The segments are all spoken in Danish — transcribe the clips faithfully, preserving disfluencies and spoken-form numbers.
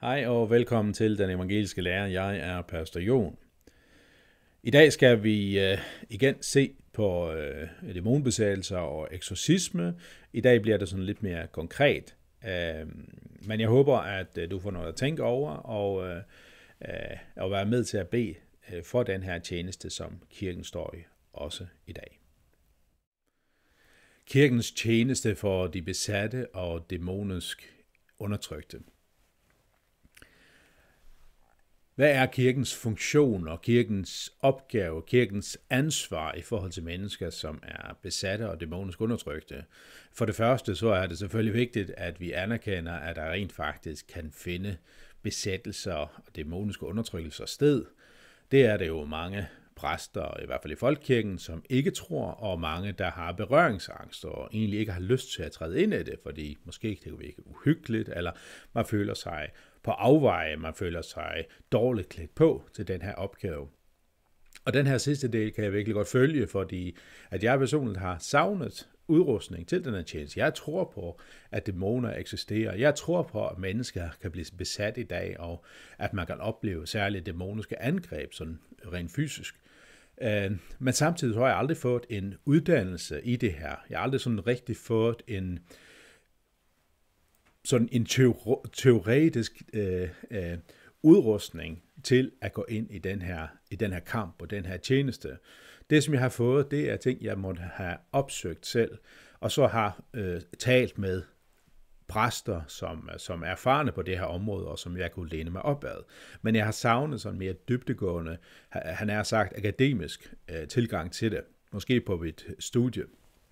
Hej og velkommen til Den Evangeliske Lærer. Jeg er Pastor Jon. I dag skal vi øh, igen se på øh, dæmonbesættelser og eksorcisme. I dag bliver det sådan lidt mere konkret. Øh, men jeg håber, at øh, du får noget at tænke over og, øh, øh, og være med til at bede øh, for den her tjeneste, som kirken står i også i dag. Kirkens tjeneste for de besatte og dæmonisk undertrykte. Hvad er kirkens funktion og kirkens opgave, kirkens ansvar i forhold til mennesker, som er besatte og dæmonisk undertrykte? For det første så er det selvfølgelig vigtigt, at vi anerkender, at der rent faktisk kan finde besættelser og dæmoniske undertrykkelser sted. Det er det jo mange præster, i hvert fald i folkekirken, som ikke tror, og mange, der har berøringsangst og egentlig ikke har lyst til at træde ind i det, fordi måske det kan virke uhyggeligt, eller man føler sig på afveje, man føler sig dårligt klædt på til den her opgave. Og den her sidste del kan jeg virkelig godt følge, fordi at jeg personligt har savnet udrustning til den her tjeneste. Jeg tror på, at dæmoner eksisterer. Jeg tror på, at mennesker kan blive besat i dag, og at man kan opleve særlige dæmoniske angreb, sådan rent fysisk. Men samtidig har jeg aldrig fået en uddannelse i det her. Jeg har aldrig sådan rigtig fået en sådan en teoretisk øh, øh, udrustning til at gå ind i den her i den her kamp og den her tjeneste. Det, som jeg har fået, det er ting, jeg måtte have opsøgt selv, og så har øh, talt med præster, som, som er erfarne på det her område, og som jeg kunne læne mig op ad. Men jeg har savnet sådan mere dybdegående, han er sagt akademisk øh, tilgang til det, måske på mit studie.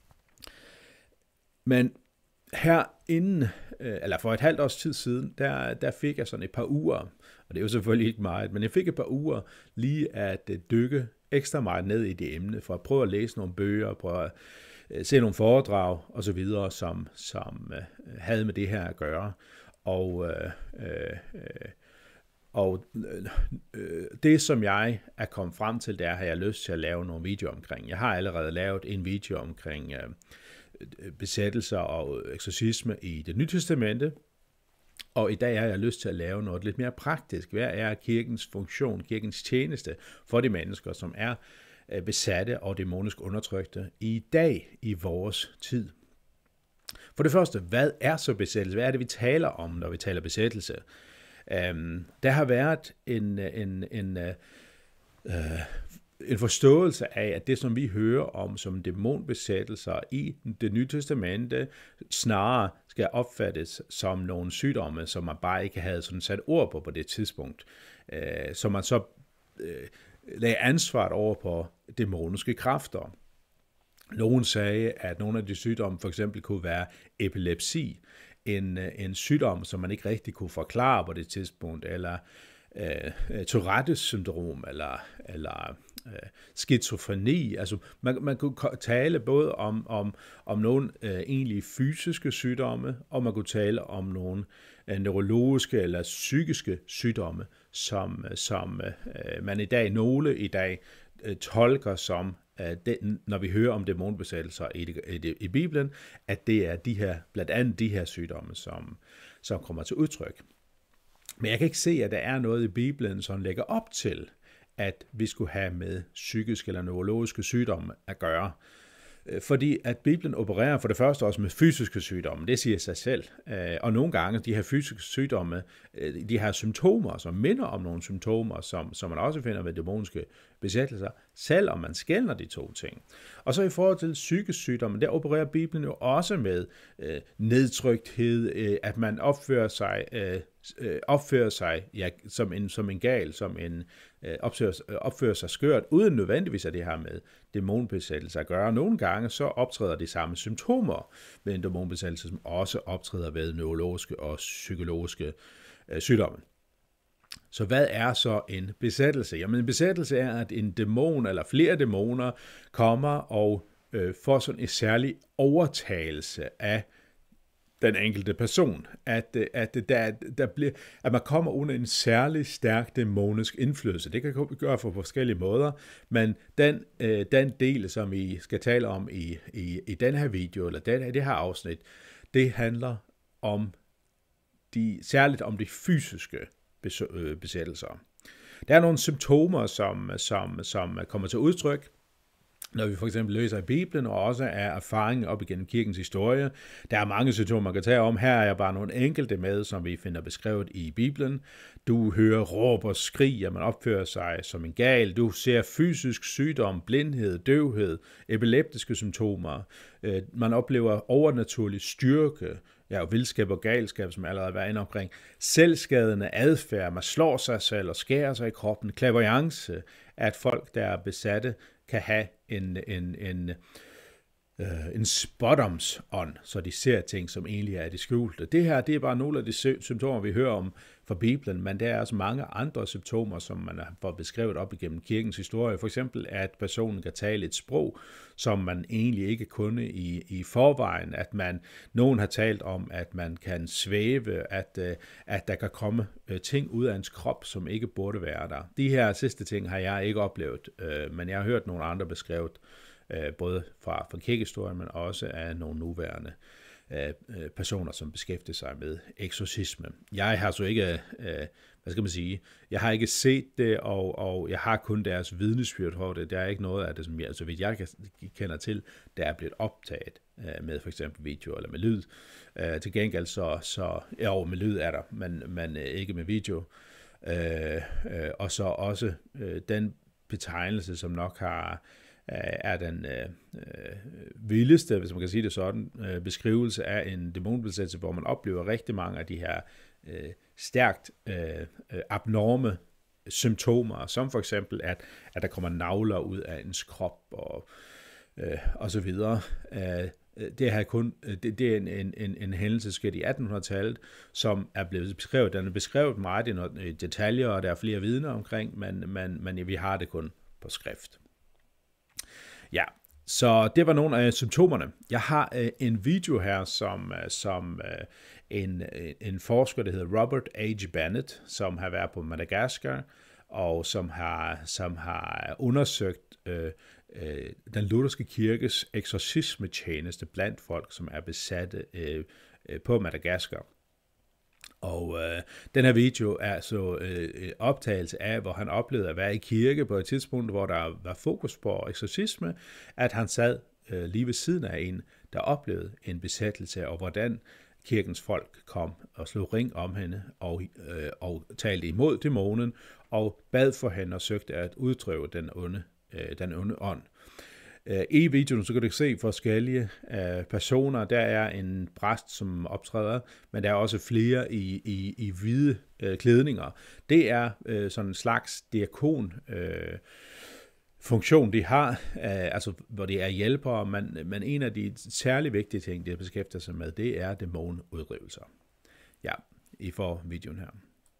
Men her inden, eller for et halvt års tid siden, der, der fik jeg sådan et par uger, og det er jo selvfølgelig ikke meget, men jeg fik et par uger lige at dykke ekstra meget ned i det emne, for at prøve at læse nogle bøger, prøve at se nogle foredrag og så videre, som, som uh, havde med det her at gøre. Og, uh, uh, og uh, det, som jeg er kommet frem til, det er, har jeg lyst til at lave nogle videoer omkring. Jeg har allerede lavet en video omkring uh, besættelser og eksorcisme i Det Nye Testamente, og i dag har jeg lyst til at lave noget lidt mere praktisk. Hvad er kirkens funktion, kirkens tjeneste for de mennesker, som er besatte og dæmonisk undertrykte i dag i vores tid? For det første, hvad er så besættelse? Hvad er det, vi taler om, når vi taler besættelse? Um, der har været en, en, en uh, en forståelse af, at det, som vi hører om som dæmonbesættelser i Det Nye Testamente, snarere skal opfattes som nogle sygdomme, som man bare ikke havde sådan sat ord på på det tidspunkt. Øh, så man så øh, lagde ansvaret over på dæmoniske kræfter. Nogen sagde, at nogle af de sygdomme for eksempel kunne være epilepsi, en, en sygdom, som man ikke rigtig kunne forklare på det tidspunkt, eller øh, Tourettes syndrom, eller, eller øh, skizofreni. Altså, man, man kunne tale både om, om, om nogle øh, egentlig fysiske sygdomme, og man kunne tale om nogle øh, neurologiske eller psykiske sygdomme, som, som øh, man i dag, nogle i dag, øh, tolker som, øh, det, når vi hører om dæmonbesættelser i, i, i Bibelen, at det er de her, blandt andet de her sygdomme, som, som kommer til udtryk. Men jeg kan ikke se, at der er noget i Bibelen, som lægger op til, at vi skulle have med psykiske eller neurologiske sygdomme at gøre. Fordi at Bibelen opererer for det første også med fysiske sygdomme, det siger sig selv. Og nogle gange, de her fysiske sygdomme, de har symptomer, som minder om nogle symptomer, som, som man også finder ved dæmoniske besættelser, selvom man skelner de to ting. Og så i forhold til psykisk sygdomme, der opererer Bibelen jo også med øh, nedtrykthed, øh, at man opfører sig, øh, opfører sig ja, som, en, som en gal, som en øh, opfører, opfører sig skørt, uden nødvendigvis at det har med dæmonbesættelse at gøre. Nogle gange så optræder de samme symptomer ved en dæmonbesættelse, som også optræder ved neurologiske og psykologiske øh, sygdomme. Så hvad er så en besættelse? Jamen en besættelse er, at en dæmon eller flere dæmoner kommer og øh, får sådan en særlig overtagelse af den enkelte person. At, at, der, der bliver, at man kommer under en særlig stærk dæmonisk indflydelse. Det kan gøre på forskellige måder, men den, øh, den del, som vi skal tale om i, i, i den her video, eller den, det her afsnit, det handler om de, særligt om de fysiske besættelser. Der er nogle symptomer, som, som, som kommer til udtryk, når vi for eksempel læser i Bibelen, og også er erfaring op igennem kirkens historie. Der er mange symptomer, man kan tage om. Her er bare nogle enkelte med, som vi finder beskrevet i Bibelen. Du hører råb og skrig, at man opfører sig som en gal. Du ser fysisk sygdom, blindhed, døvhed, epileptiske symptomer. Man oplever overnaturlig styrke, ja, og vildskab og galskab, som allerede var inde omkring. Selvskadende adfærd, man slår sig selv og skærer sig i kroppen. Clairvoyance, at folk, der er besatte, kan have en, en, en, øh, en spådomsånd, så de ser ting, som egentlig er det skjulte. Det her, det er bare nogle af de symptomer, vi hører om fra Bibelen, men der er også mange andre symptomer, som man har fået beskrevet op igennem kirkens historie. For eksempel, at personen kan tale et sprog, som man egentlig ikke kunne i, i forvejen. At man, nogen har talt om, at man kan svæve, at, at der kan komme ting ud af ens krop, som ikke burde være der. De her sidste ting har jeg ikke oplevet, men jeg har hørt nogle andre beskrevet, både fra, fra kirkehistorien, men også af nogle nuværende personer, som beskæftiger sig med eksorcisme. Jeg har så ikke, hvad skal man sige, jeg har ikke set det, og, og jeg har kun deres vidnesbyrd for det. Der er ikke noget af det, som jeg, så vidt jeg kender til, der er blevet optaget med for eksempel video eller med lyd. Til gengæld så, så ja, med lyd er der, men, men ikke med video. Og så også den betegnelse, som nok har er den øh, vildeste, hvis man kan sige det sådan, øh, beskrivelse af en dæmonbesættelse, hvor man oplever rigtig mange af de her øh, stærkt øh, abnorme symptomer, som for eksempel, at, at der kommer navler ud af ens krop og, øh, og så videre. Øh, det, her kun, det, det er en, en, en, en hændelse sket i attenhundredetallet, som er blevet beskrevet. Den er beskrevet meget i detaljer, og der er flere vidner omkring, men, men, men vi har det kun på skrift. Ja, så det var nogle af symptomerne. Jeg har øh, en video her, som, som øh, en, en forsker, der hedder Robert H. Bennett, som har været på Madagaskar, og som har, som har undersøgt øh, øh, den lutherske kirkes eksorcismetjeneste blandt folk, som er besatte øh, øh, på Madagaskar. Og øh, den her video er så øh, optagelse af, hvor han oplevede at være i kirke på et tidspunkt, hvor der var fokus på eksorcisme, at han sad øh, lige ved siden af en, der oplevede en besættelse, og hvordan kirkens folk kom og slog ring om hende og, øh, og talte imod dæmonen og bad for hende og søgte at uddrive den onde, øh, den onde ånd. I videoen så kan du se forskellige uh, personer. Der er en præst, som optræder, men der er også flere i, i, i hvide uh, klædninger. Det er uh, sådan en slags diakon uh, funktion, de har, uh, altså hvor de er hjælpere, men, men en af de særlig vigtige ting, de beskæftiger sig med, det er dæmonudrivelser. Ja, I får videoen her.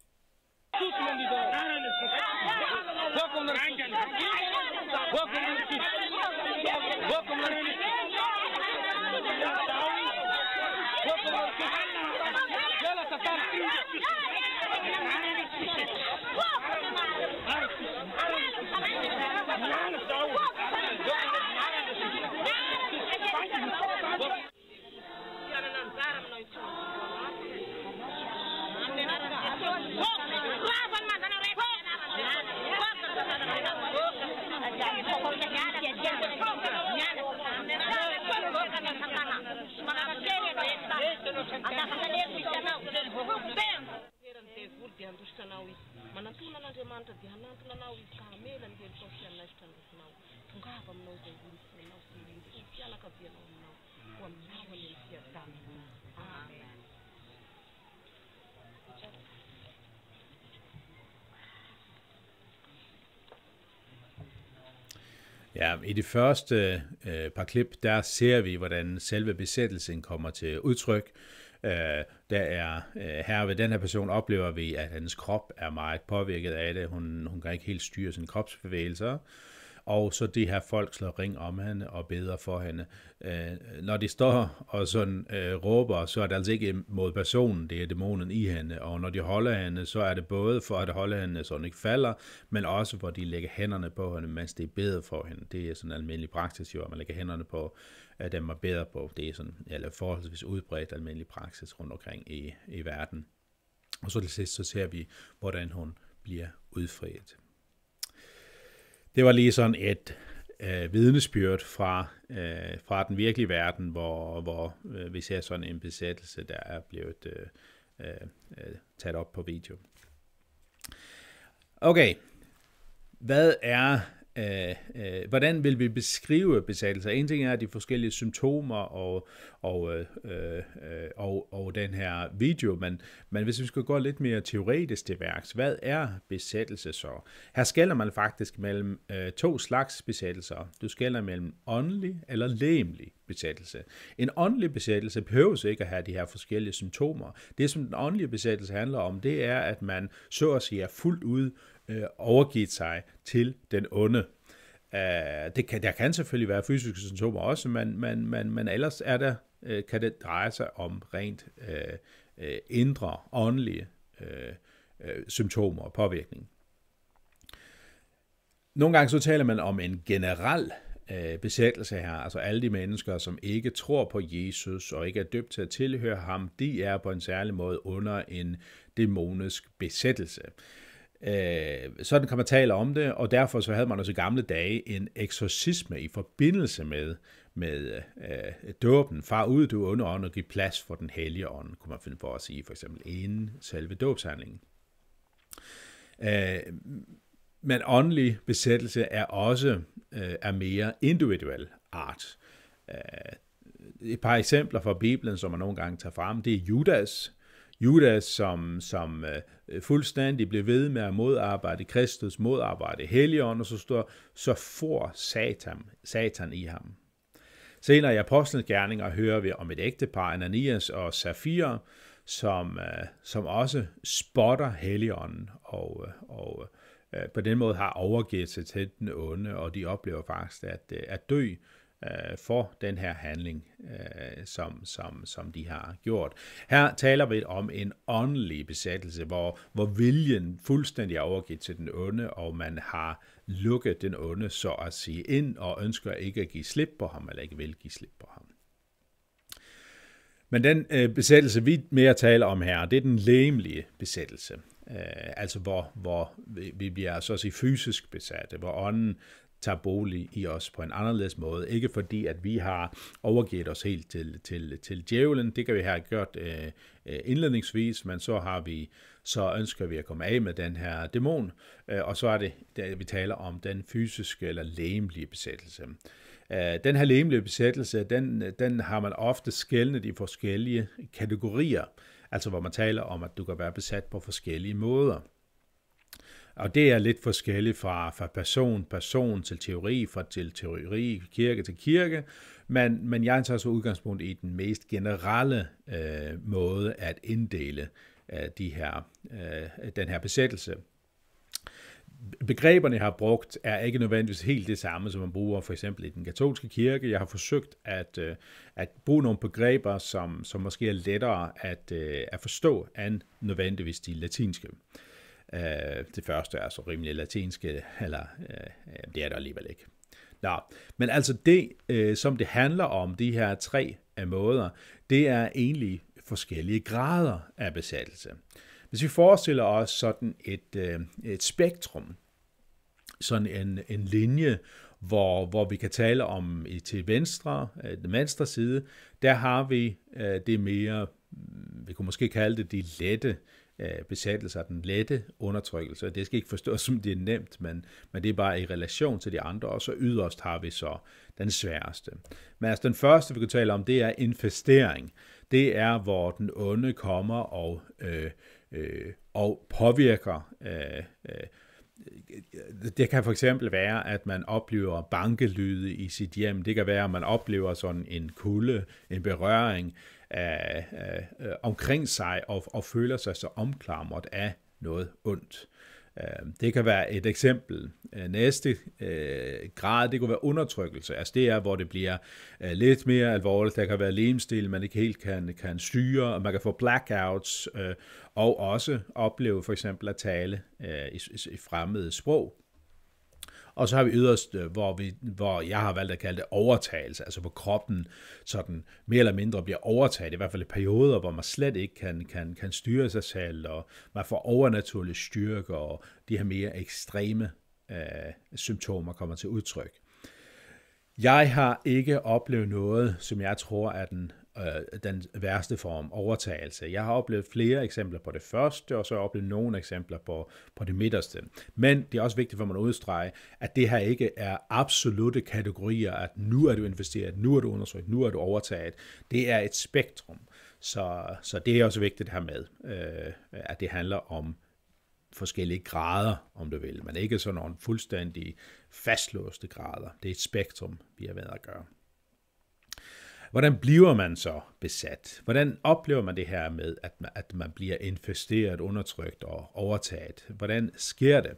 Ja, i det første øh, par klip, der ser vi, hvordan selve besættelsen kommer til udtryk. Øh, der er øh, her ved den her person oplever vi, at hans krop er meget påvirket af det. Hun, hun kan ikke helt styre sine kropsbevægelser. Og så de her folk slår ring om hende og beder for hende. Øh, når de står og sådan øh, råber, så er det altså ikke mod personen, det er dæmonen i hende. Og når de holder hende, så er det både for at holde hende, så hun ikke falder, men også hvor de lægger hænderne på hende, mens de beder for hende. Det er sådan en almindelig praksis, jo, at man lægger hænderne på øh, dem, man beder på. Det er sådan eller forholdsvis udbredt almindelig praksis rundt omkring i, i verden. Og så til sidst så ser vi, hvordan hun bliver udfriet. Det var lige sådan et øh, vidnesbyrd fra, øh, fra den virkelige verden, hvor, hvor øh, vi ser sådan en besættelse, der er blevet øh, øh, taget op på video. Okay, hvad er, øh, øh, hvordan vil vi beskrive besættelser? En ting er de forskellige symptomer og, og, øh, øh, og, og den her video, men, men hvis vi skal gå lidt mere teoretisk til værks, hvad er besættelse så? Her skelner man faktisk mellem øh, to slags besættelser. Du skelner mellem åndelig eller legemlig besættelse. En åndelig besættelse behøver ikke at have de her forskellige symptomer. Det, som den åndelige besættelse handler om, det er, at man så at sige er fuldt ud øh, overgivet sig til den onde. Uh, det kan, der kan selvfølgelig være fysiske symptomer også, men, men, men, men ellers er der, uh, kan det dreje sig om rent uh, uh, indre, åndelige uh, uh, symptomer og påvirkning. Nogle gange så taler man om en generel uh, besættelse her, altså alle de mennesker, som ikke tror på Jesus og ikke er døbt til at tilhøre ham, de er på en særlig måde under en dæmonisk besættelse. Sådan kan man tale om det, og derfor så havde man også i gamle dage en eksorcisme i forbindelse med, med øh, dåben. Far ud, du onde ånd, og give plads for den hellige ånd, kunne man finde på at sige, for eksempel inden selve dåbshandlingen. Øh, men åndelig besættelse er også øh, af mere individuel art. Øh, et par eksempler fra Bibelen, som man nogle gange tager frem, det er Judas, Judas, som, som uh, fuldstændig blev ved med at modarbejde Kristus, modarbejde Helligånden, og så, står, så får Satan, Satan i ham. Senere i Apostlenes Gerninger hører vi om et ægtepar, Ananias og Safira, som, uh, som også spotter Helligånden, og, og uh, på den måde har overgivet sig til den onde, og de oplever faktisk at, at dø for den her handling, som, som, som de har gjort. Her taler vi om en åndelig besættelse, hvor, hvor viljen fuldstændig er overgivet til den onde, og man har lukket den onde så at sige ind, og ønsker ikke at give slip på ham, eller ikke vil give slip på ham. Men den øh, besættelse, vi mere taler om her, det er den legemlige besættelse. Øh, altså hvor, hvor vi bliver så at sige fysisk besatte, hvor ånden tager bolig i os på en anderledes måde. Ikke fordi, at vi har overgivet os helt til, til, til djævlen. Det kan vi have gjort øh, indledningsvis, men så har vi, så ønsker vi at komme af med den her dæmon, øh, og så er det, det, vi taler om den fysiske eller legemlige besættelse. Øh, den her legemlige besættelse, den, den har man ofte skelnet i forskellige kategorier, altså hvor man taler om, at du kan være besat på forskellige måder. Og det er lidt forskelligt fra, fra person person til teori, fra til teori, kirke til kirke, men, men jeg tager så udgangspunkt i den mest generelle øh, måde at inddele øh, de her, øh, den her besættelse. Begreberne, jeg har brugt, er ikke nødvendigvis helt det samme, som man bruger for eksempel i den katolske kirke. Jeg har forsøgt at, øh, at bruge nogle begreber, som, som måske er lettere at, øh, at forstå, end nødvendigvis de latinske. Uh, det første er så rimelig latinske, eller uh, det er der alligevel ikke. Nå, men altså det, uh, som det handler om, de her tre uh, måder, det er egentlig forskellige grader af besættelse. Hvis vi forestiller os sådan et, uh, et spektrum, sådan en, en linje, hvor, hvor vi kan tale om til venstre, uh, den venstre side, der har vi uh, det mere, vi kunne måske kalde det de lette besættelser, den lette undertrykkelse. Det skal ikke forstås som det er nemt, men, men det er bare i relation til de andre, og så yderst har vi så den sværeste. Men altså den første, vi kan tale om, det er infestering. Det er, hvor den onde kommer og, øh, øh, og påvirker. Øh, øh, det kan for eksempel være, at man oplever bankelyde i sit hjem. Det kan være, at man oplever sådan en kulde, en berøring af, af, af, omkring sig og, og føler sig så omklamret af noget ondt. Det kan være et eksempel. Næste øh, grad, det kunne være undertrykkelse. Altså det er, hvor det bliver øh, lidt mere alvorligt. Der kan være lemstil, man ikke helt kan, kan styre, og man kan få blackouts, øh, og også opleve for eksempel at tale øh, i, i fremmede sprog. Og så har vi yderst, hvor, vi, hvor jeg har valgt at kalde det overtagelse, altså hvor kroppen sådan mere eller mindre bliver overtaget, i hvert fald i perioder, hvor man slet ikke kan, kan, kan styre sig selv, og man får overnaturlig styrke, og de her mere ekstreme øh, symptomer kommer til udtryk. Jeg har ikke oplevet noget, som jeg tror er den, øh, den værste form, overtagelse. Jeg har oplevet flere eksempler på det første, og så har jeg oplevet nogle eksempler på, på det midterste. Men det er også vigtigt for mig at udstrege, at det her ikke er absolutte kategorier, at nu er du investeret, nu er du undersøgt, nu er du overtaget. Det er et spektrum. Så, så det er også vigtigt her med, øh, at det handler om forskellige grader, om du vil, men ikke sådan nogle fuldstændig fastlåste grader. Det er et spektrum, vi har været at gøre. Hvordan bliver man så besat? Hvordan oplever man det her med, at man, at man bliver infesteret, undertrykt og overtaget? Hvordan sker det?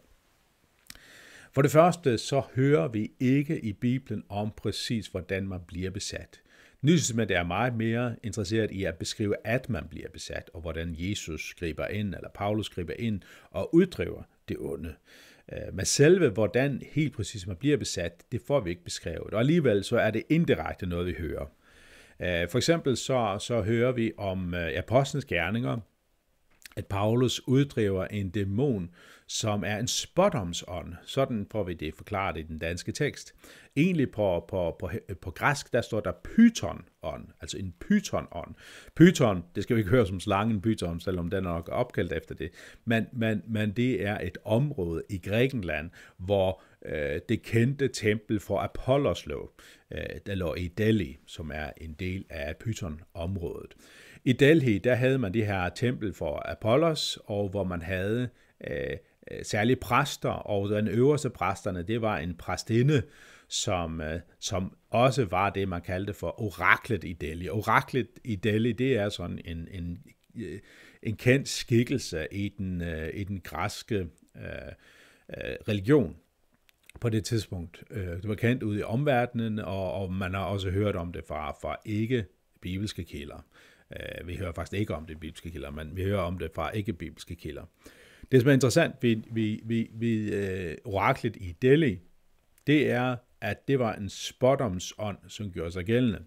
For det første, så hører vi ikke i Bibelen om præcis, hvordan man bliver besat. Nyhedsmediet er meget mere interesseret i at beskrive, at man bliver besat, og hvordan Jesus griber ind, eller Paulus griber ind og uddriver det onde. Men selve, hvordan helt præcis man bliver besat, det får vi ikke beskrevet. Og alligevel så er det indirekte noget, vi hører. For eksempel så, så hører vi om apostlenes gerninger, at Paulus uddriver en dæmon, som er en spådomsånd. Sådan får vi det forklaret i den danske tekst. Egentlig på, på, på, på græsk, der står der python-ånd, altså en python-ånd. Python, det skal vi ikke høre som slangen python, selvom den er nok opkaldt efter det, men, men, men det er et område i Grækenland, hvor øh, det kendte tempel for Apollos lå, øh, der lå i Delhi, som er en del af Python-området. I Delhi, der havde man det her tempel for Apollos, og hvor man havde øh, særlige præster, og den øverste præsterne, det var en præstinde, som, øh, som også var det, man kaldte for oraklet i Delhi. Oraklet i Delhi, det er sådan en, en, en kendt skikkelse i den, øh, i den græske øh, øh, religion på det tidspunkt. Øh, det var kendt ude i omverdenen, og, og man har også hørt om det fra, fra ikke-bibelske kilder. Uh, vi hører faktisk ikke om det i bibelske kilder, men vi hører om det fra ikke-bibelske kilder. Det, som er interessant ved, ved, ved, ved uh, oraklet i Delhi, det er, at det var en spådomsånd, som gjorde sig gældende.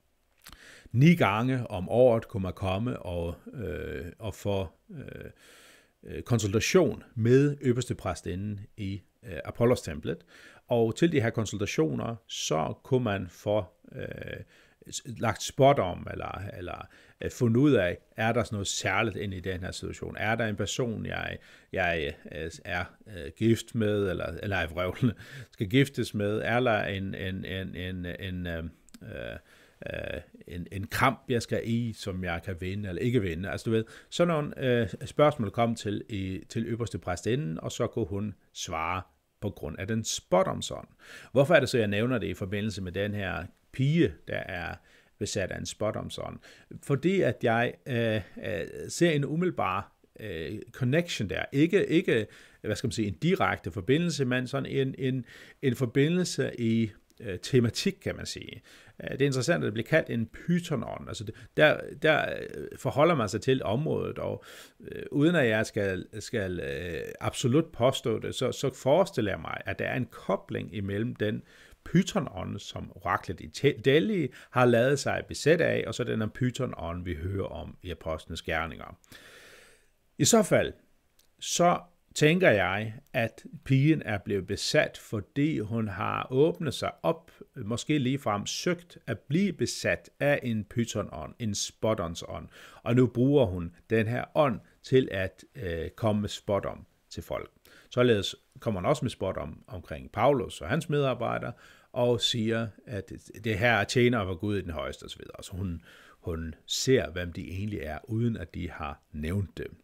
Ni gange om året kunne man komme og, øh, og få øh, konsultation med øverste præstinden i øh, Apollos-templet. Og til de her konsultationer, så kunne man få øh, lagt spot om, eller, eller uh, fundet ud af, er der noget særligt ind i den her situation? Er der en person, jeg, jeg uh, er uh, gift med, eller, eller er vrøvlende, skal giftes med? Er der en, en, en, en, en, uh, uh, en, en kamp, jeg skal i, som jeg kan vinde eller ikke vinde? Altså du ved, sådan nogle uh, spørgsmål kom til, i, til øverste præstinden, og så kunne hun svare på grund af den spådomsånd. Hvorfor er det så, jeg nævner det i forbindelse med den her pige, der er besat af en spådomsånd? Fordi at jeg øh, øh, ser en umiddelbar øh, connection der. Ikke, ikke, hvad skal man sige, en direkte forbindelse, men sådan en, en, en forbindelse i øh, tematik, kan man sige. Det er interessant, at det bliver kaldt en python-ånd. Altså der, der forholder man sig til området, og øh, uden at jeg skal, skal øh, absolut påstå det, så, så forestiller jeg mig, at der er en kobling imellem den python-ånd, som oraklet i Delhi har lavet sig besætte af, og så den python-ånd, vi hører om i apostlenes gerninger. I så fald, så tænker jeg, at pigen er blevet besat, fordi hun har åbnet sig op, måske ligefrem søgt at blive besat af en python-ånd, en spådomsånd, og nu bruger hun den her ånd til at øh, komme med spådom til folk. Således kommer han også med spådom omkring Paulus og hans medarbejdere, og siger, at det her er tjener for Gud i den højeste osv. Så hun, hun ser, hvem de egentlig er, uden at de har nævnt det.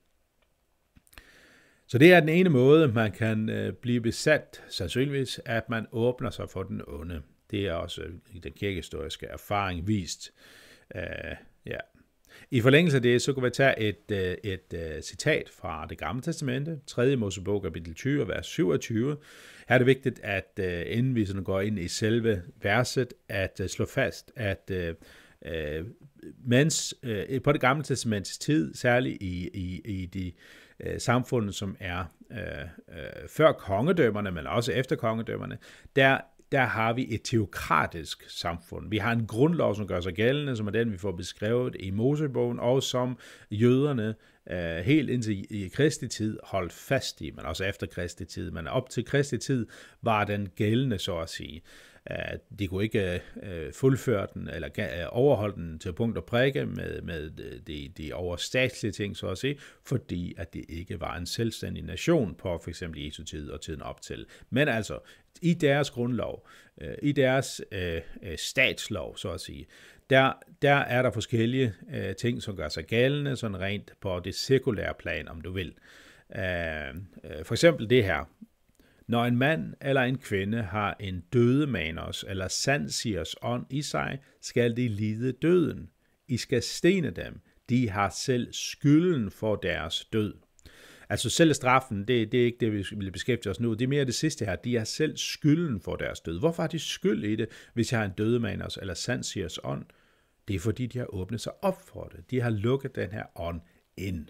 Så det er den ene måde, man kan øh, blive besat, sandsynligvis, at man åbner sig for den onde. Det er også i den kirkehistoriske erfaring vist. Uh, ja. I forlængelse af det, så kan vi tage et, et, et, et citat fra det gamle testamente, tredje Mosebog, kapitel tyve, vers syvogtyve. Her er det vigtigt, at uh, inden vi sådan går ind i selve verset, at uh, slå fast, at uh, uh, mens uh, på det gamle testamentes tid, særligt i, i, i de uh, samfund, som er øh, øh, før kongedømmerne, men også efter kongedømmerne, der, der har vi et teokratisk samfund. Vi har en grundlov, som gør sig gældende, som er den, vi får beskrevet i Mosebogen, og som jøderne øh, helt indtil i Kristi tid holdt fast i, men også efter Kristi tid. Men op til Kristi tid var den gældende, så at sige. De kunne ikke øh, fuldføre den, eller øh, overholde den til punkt og prikke med, med de, de overstatslige ting, så at sige, fordi at det ikke var en selvstændig nation på for eksempel Jesu tid og tiden op til. Men altså, i deres grundlov, øh, i deres øh, statslov, så at sige, der, der er der forskellige øh, ting, som gør sig gældende, sådan rent på det sekulære plan, om du vil. Øh, øh, for eksempel det her. Når en mand eller en kvinde har en dødemaners eller sandsigers ånd i sig, skal de lide døden. I skal stene dem. De har selv skylden for deres død. Altså selv straffen, det, det er ikke det, vi vil beskæftige os nu. Det er mere det sidste her. De har selv skylden for deres død. Hvorfor har de skyld i det, hvis jeg har en dødemaners eller sandsigers ånd? Det er fordi, de har åbnet sig op for det. De har lukket den her ånd ind.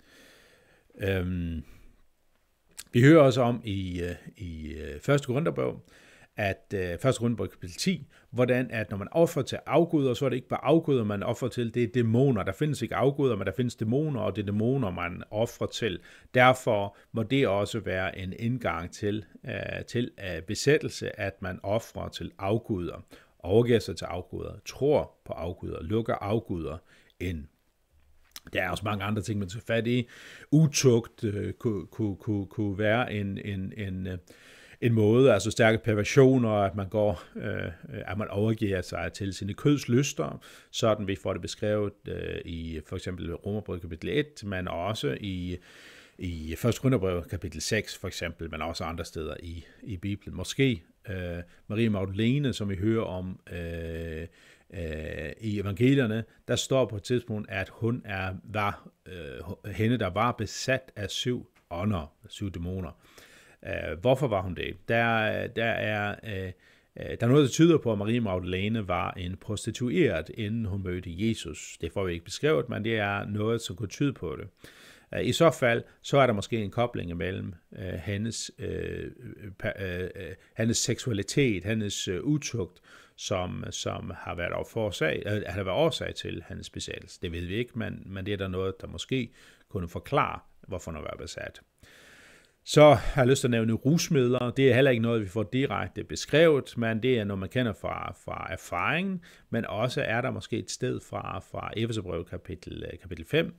Øhm... Vi hører også om i, i første Korintherbrev, at første Korintherbrev kapitel ti, hvordan at når man offer til afguder, så er det ikke bare afguder, man offer til, det er dæmoner. Der findes ikke afguder, men der findes dæmoner, og det er dæmoner, man offer til. Derfor må det også være en indgang til, uh, til uh, besættelse, at man offrer til afguder, overgiver sig til afguder, tror på afguder, lukker afguder ind. Der er også mange andre ting, man tager fat i. Utugt øh, kunne, kunne, kunne, kunne være en, en, en, en måde, altså stærke perversioner, at man går, øh, at man overgiver sig til sine kødslyster, sådan vi får det beskrevet øh, i for eksempel Romerbrevet kapitel et, men også i, i første Korintherbrev kapitel seks for eksempel, men også andre steder i, i Bibelen. Måske øh, Maria Magdalene, som vi hører om øh, i evangelierne, der står på et tidspunkt, at hun er, var øh, hende, der var besat af syv ånder, syv dæmoner. Øh, hvorfor var hun det? Der, der, er, øh, der er noget, der tyder på, at Maria Magdalene var en prostitueret, inden hun mødte Jesus. Det får vi ikke beskrevet, men det er noget, som kunne tyde på det. Øh, I så fald, så er der måske en kobling imellem øh, hendes, øh, øh, øh, hendes seksualitet, hendes øh, utugt, som, som har været årsag, øh, har været årsag til hans besættelse. Det ved vi ikke, men, men det er der noget, der måske kunne forklare, hvorfor hun var besat. Så har jeg lyst til at nævne rusmidler. Det er heller ikke noget, vi får direkte beskrevet, men det er noget, man kender fra, fra erfaringen, men også er der måske et sted fra, fra Efeserbrevet kapitel, kapitel fem.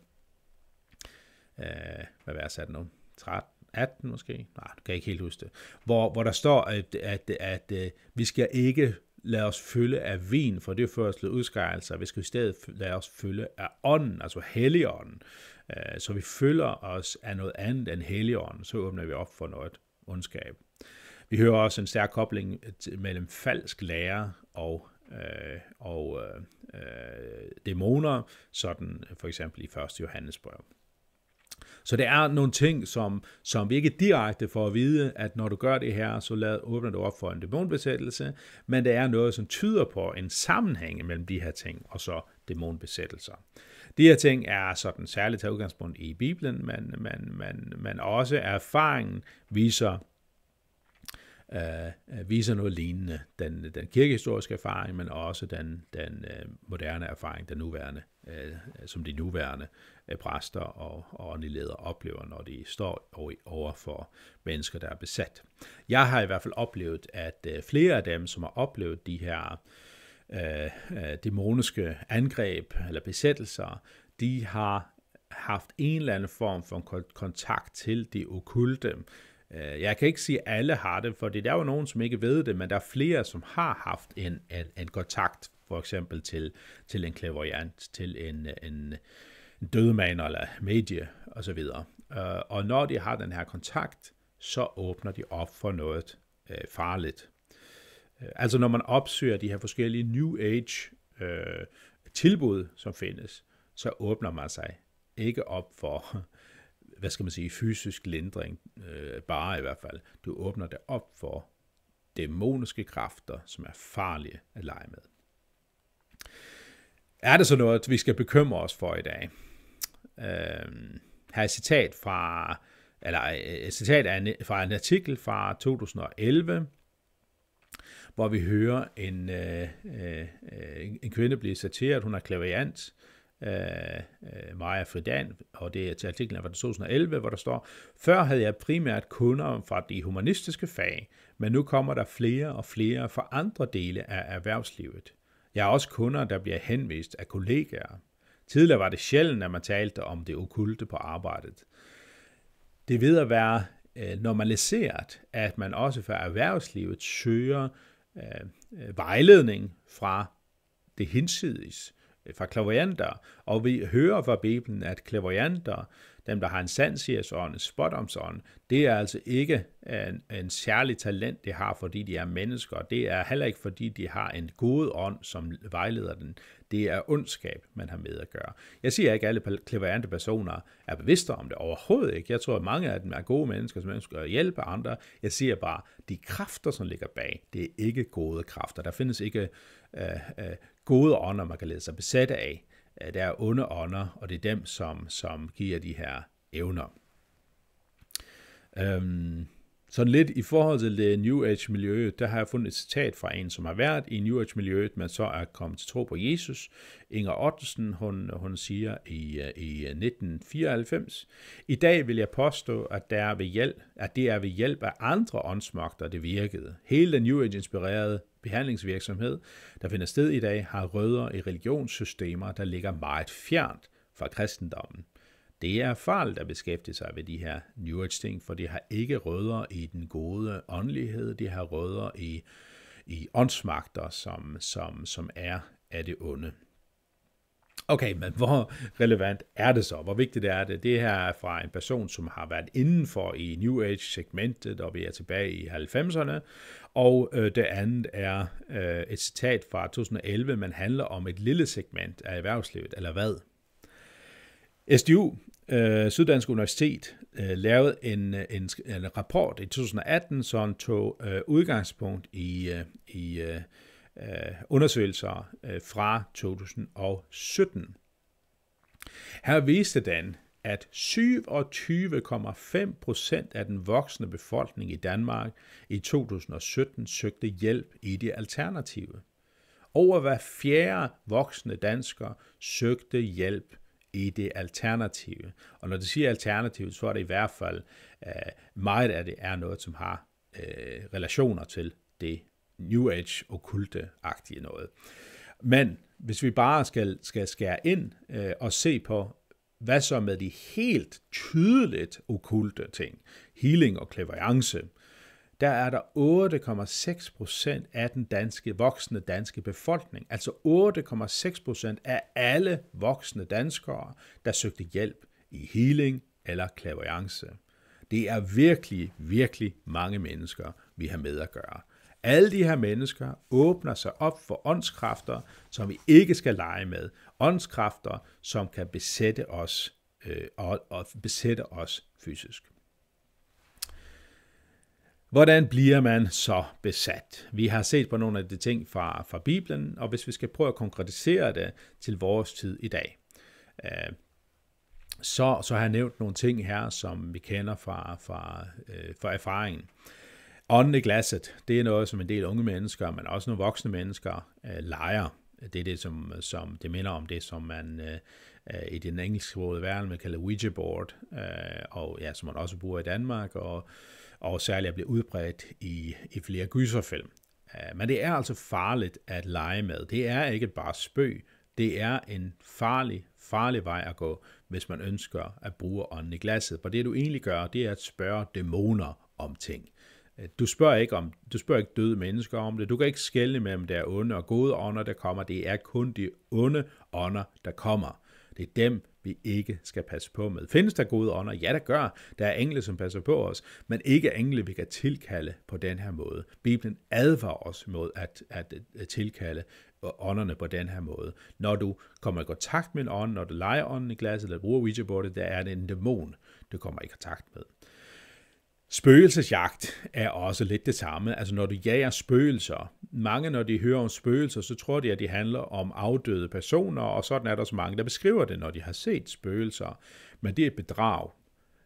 Øh, hvad er det nu? tretten, atten måske? Nej, du kan ikke helt huske det. Hvor, hvor der står, at, at, at, at vi skal ikke lade os fylde af vin, for det er først udskejelse. Vi skal i stedet lade os fylde af ånden, altså Helligånden. Så vi fylder os af noget andet end Helligånden, så åbner vi op for noget ondskab. Vi hører også en stærk kobling mellem falsk lære og, øh, og øh, dæmoner, sådan for eksempel i første Johannes brev. Så det er nogle ting, som, som vi ikke direkte får at vide, at når du gør det her, så lad, åbner du op for en dæmonbesættelse, men det er noget, som tyder på en sammenhæng mellem de her ting, og så dæmonbesættelser. De her ting er sådan særligt taget udgangspunkt i Bibelen, men, men, men, men også erfaringen viser, øh, viser noget lignende. Den, den kirkehistoriske erfaring, men også den, den øh, moderne erfaring, den nuværende, øh, som de nuværende øh, præster og, og åndelige ledere oplever, når de står over for mennesker, der er besat. Jeg har i hvert fald oplevet, at øh, flere af dem, som har oplevet de her øh, øh, dæmoniske angreb eller besættelser, de har haft en eller anden form for kontakt til det okkulte. Jeg kan ikke sige, at alle har det, for der er jo nogen, som ikke ved det, men der er flere, som har haft en, en, en kontakt, for eksempel til, til en clairvoyant, til en, en, en dødemand eller medie osv. Og når de har den her kontakt, så åbner de op for noget øh, farligt. Altså når man opsøger de her forskellige New Age øh, tilbud, som findes, så åbner man sig ikke op for, hvad skal man sige, fysisk lindring, øh, bare i hvert fald. Du åbner det op for dæmoniske kræfter, som er farlige at lege med. Er det så noget, vi skal bekymre os for i dag? Øh, her er et citat fra eller et citat fra en artikel fra to tusind og elleve, hvor vi hører en, øh, øh, en kvinde blive citeret, hun er clairvoyant, øh, øh, Maja Fridan, og det er til artiklen fra to tusind og elleve, hvor der står: Før havde jeg primært kunder fra de humanistiske fag, men nu kommer der flere og flere fra andre dele af erhvervslivet. Jeg har også kunder, der bliver henvist af kollegaer. Tidligere var det sjældent, at man talte om det okkulte på arbejdet. Det er ved at være øh, normaliseret, at man også for erhvervslivet søger øh, vejledning fra det hinsides, fra clairvoyanter, og vi hører fra Bibelen, at clairvoyanter, dem der har en sandsigersånd, en spådomsånd, det er altså ikke en, en særlig talent, de har, fordi de er mennesker. Det er heller ikke, fordi de har en god ånd, som vejleder den. Det er ondskab, man har med at gøre. Jeg siger ikke, at alle clairvoyante personer er bevidste om det overhovedet ikke. Jeg tror, at mange af dem er gode mennesker, som ønsker at hjælpe andre. Jeg siger bare, at de kræfter, som ligger bag, det er ikke gode kræfter. Der findes ikke øh, øh, gode ånder, man kan lade sig besætte af. Der er onde ånder, og det er dem, som, som giver de her evner. Øhm, sådan lidt i forhold til det New Age-miljøet, der har jeg fundet et citat fra en, som har været i New Age-miljøet, men så er kommet til tro på Jesus. Inger Ottesen, hun, hun siger i, i nitten fireoghalvfems: I dag vil jeg påstå, at, der er ved hjælp, at det er ved hjælp af andre åndsmagter, det virkede. Hele den New Age-inspirerede behandlingsvirksomhed, der finder sted i dag, har rødder i religionssystemer, der ligger meget fjernt fra kristendommen. Det er farligt at beskæftige sig med de her New Age-ting, for de har ikke rødder i den gode åndelighed, de har rødder i, i åndsmagter, som, som, som er af det onde. Okay, men hvor relevant er det så? Hvor vigtigt er det? Det her er fra en person, som har været indenfor i New Age-segmentet, og vi er tilbage i halvfemserne. Og øh, det andet er øh, et citat fra to tusind og elleve, men handler om et lille segment af erhvervslivet, eller hvad? S D U, øh, Syddansk Universitet, øh, lavede en, en, en rapport i to tusind og atten, som tog øh, udgangspunkt i, øh, i øh, undersøgelser øh, fra to tusind og sytten. Her viste den, at syvogtyve komma fem procent af den voksne befolkning i Danmark i to tusind og sytten søgte hjælp i det alternative. Over hver fjerde voksne dansker søgte hjælp i det alternative. Og når det siger alternativ, så er det i hvert fald øh, meget af det er noget, som har øh, relationer til det New Age okkulte-agtige noget. Men hvis vi bare skal, skal skære ind øh, og se på, hvad så med de helt tydeligt okkulte ting, healing og clairvoyance, der er der otte komma seks procent af den danske, voksne danske befolkning, altså otte komma seks procent af alle voksne danskere, der søgte hjælp i healing eller clairvoyance. Det er virkelig, virkelig mange mennesker, vi har med at gøre. Alle de her mennesker åbner sig op for åndskræfter, som vi ikke skal lege med. Åndskræfter, som kan besætte os øh, og, og besætte os fysisk. Hvordan bliver man så besat? Vi har set på nogle af de ting fra, fra Bibelen, og hvis vi skal prøve at konkretisere det til vores tid i dag, øh, så, så har jeg nævnt nogle ting her, som vi kender fra, fra, øh, fra erfaringen. Ånden i glasset, det er noget, som en del unge mennesker, men også nogle voksne mennesker øh, leger. Det er det, som, som det minder om det, som man øh, i den engelsksprogede verden vil kalde Ouija board, øh, og ja, som man også bruger i Danmark, og, og særligt er blevet udbredt i, i flere gyserfilm. Uh, men det er altså farligt at lege med. Det er ikke bare spøg. Det er en farlig, farlig vej at gå, hvis man ønsker at bruge ånden i glasset. For det, du egentlig gør, det er at spørge dæmoner om ting. Du spørger ikke om, du spørger ikke døde mennesker om det. Du kan ikke skelne mellem der onde og gode ånder, der kommer. Det er kun de onde ånder, der kommer. Det er dem, vi ikke skal passe på med. Findes der gode ånder? Ja, der gør. Der er engle, som passer på os, men ikke engle, vi kan tilkalde på den her måde. Bibelen advarer os mod at, at, at tilkalde ånderne på den her måde. Når du kommer i kontakt med en ånd, når du leger ånden i glasset, eller bruger Ouija-boardet, der er det en dæmon, du kommer i kontakt med. Spøgelsesjagt er også lidt det samme. Altså når du jager spøgelser, mange når de hører om spøgelser, så tror de, at de handler om afdøde personer, og sådan er der så mange, der beskriver det, når de har set spøgelser. Men det er et bedrag.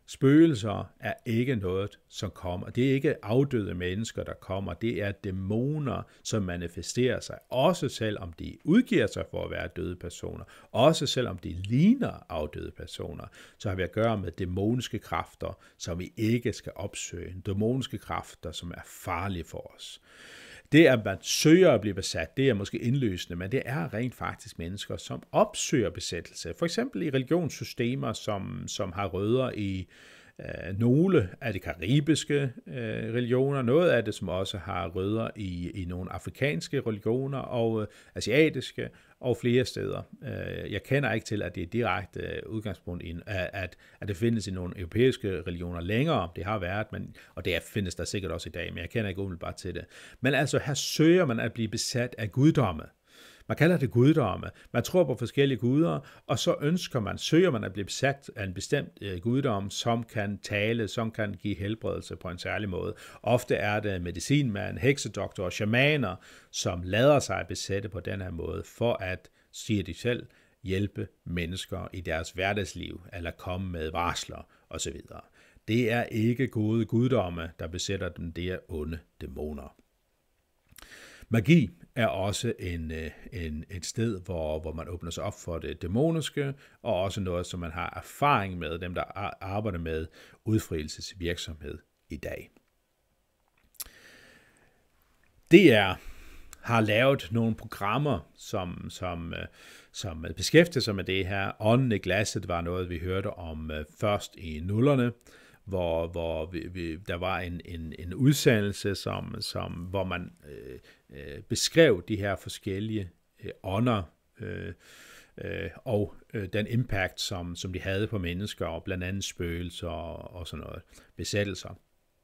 Spøgelser er ikke noget, som kommer. Det er ikke afdøde mennesker, der kommer. Det er dæmoner, som manifesterer sig. Også selvom de udgiver sig for at være døde personer. Også selvom de ligner afdøde personer. Så har vi at gøre med dæmoniske kræfter, som vi ikke skal opsøge. Dæmoniske kræfter, som er farlige for os. Det, at man søger at blive besat, det er måske indløsende, men det er rent faktisk mennesker, som opsøger besættelse. For eksempel i religionssystemer, som, som har rødder i øh, nogle af de karibiske øh, religioner, noget af det, som også har rødder i, i nogle afrikanske religioner og øh, asiatiske og flere steder. Øh, jeg kender ikke til, at det er direkte øh, udgangspunkt, i, at, at det findes i nogle europæiske religioner længere. Det har været, men, og det findes der sikkert også i dag, men jeg kender ikke umiddelbart til det. Men altså, her søger man at blive besat af guddomme. Man kalder det guddomme. Man tror på forskellige guder, og så ønsker man, søger man at blive besat af en bestemt øh, guddom, som kan tale, som kan give helbredelse på en særlig måde. Ofte er det medicinmand, heksedoktor og shamaner, som lader sig besætte på den her måde, for at, siger de selv, hjælpe mennesker i deres hverdagsliv, eller komme med varsler osv. Det er ikke gode guddomme, der besætter dem, det er onde dæmoner. Magi er også en, en, et sted, hvor, hvor man åbner sig op for det dæmoniske, og også noget, som man har erfaring med, dem der arbejder med udfrielsesvirksomhed i dag. D R har lavet nogle programmer, som, som, som beskæftiger sig med det her. Ånden i glasset var noget, vi hørte om først i nullerne, hvor, hvor vi, vi, der var en, en, en udsendelse, som, som, hvor man øh, øh, beskrev de her forskellige øh, ånder øh, øh, og øh, den impact, som, som de havde på mennesker, og blandt andet spøgelser og, og sådan noget, besættelser.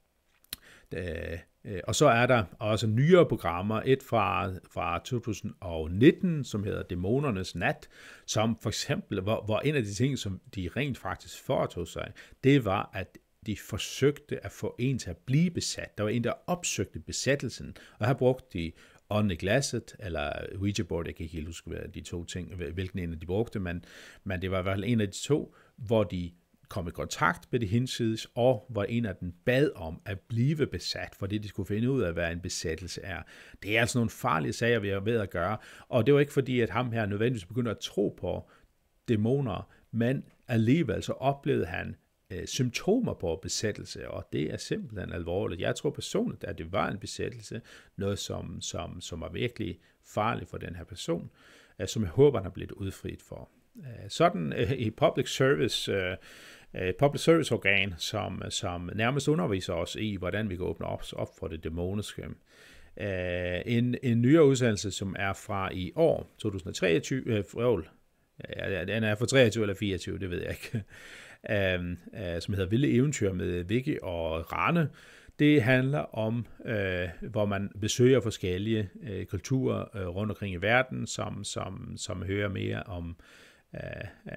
Øh, og så er der også nyere programmer, et fra, fra to tusind nitten, som hedder Dæmonernes Nat, som for eksempel, hvor, hvor en af de ting, som de rent faktisk foretog sig, det var, at de forsøgte at få en til at blive besat. Der var en, der opsøgte besættelsen, og her brugte de ånden i glasset, eller Ouija board, jeg kan ikke helt huske de to ting, hvilken en af de brugte, men, men det var i hvert fald en af de to, hvor de kom i kontakt med det hinsides, og hvor en af dem bad om at blive besat, fordi de skulle finde ud af, hvad en besættelse er. Det er altså nogle farlige sager, vi er ved at gøre, og det var ikke fordi, at ham her nødvendigvis begyndte at tro på dæmoner, men alligevel så oplevede han øh, symptomer på besættelse, og det er simpelthen alvorligt. Jeg tror personligt, at det var en besættelse, noget som, som, som var virkelig farligt for den her person, øh, som jeg håber, han er blevet udfriet for. Øh, sådan øh, i public service, øh, et public service organ, som, som nærmest underviser os i, hvordan vi kan åbne op, op for det dæmoniske. Uh, en, en nyere udsendelse, som er fra i år, to tusind og treogtyve, øh, ja, den er fra treogtyve eller fireogtyve, det ved jeg ikke, uh, uh, som hedder Vilde Eventyr med Vicky og Rane. Det handler om, uh, hvor man besøger forskellige uh, kulturer uh, rundt omkring i verden, som, som, som hører mere om uh, uh,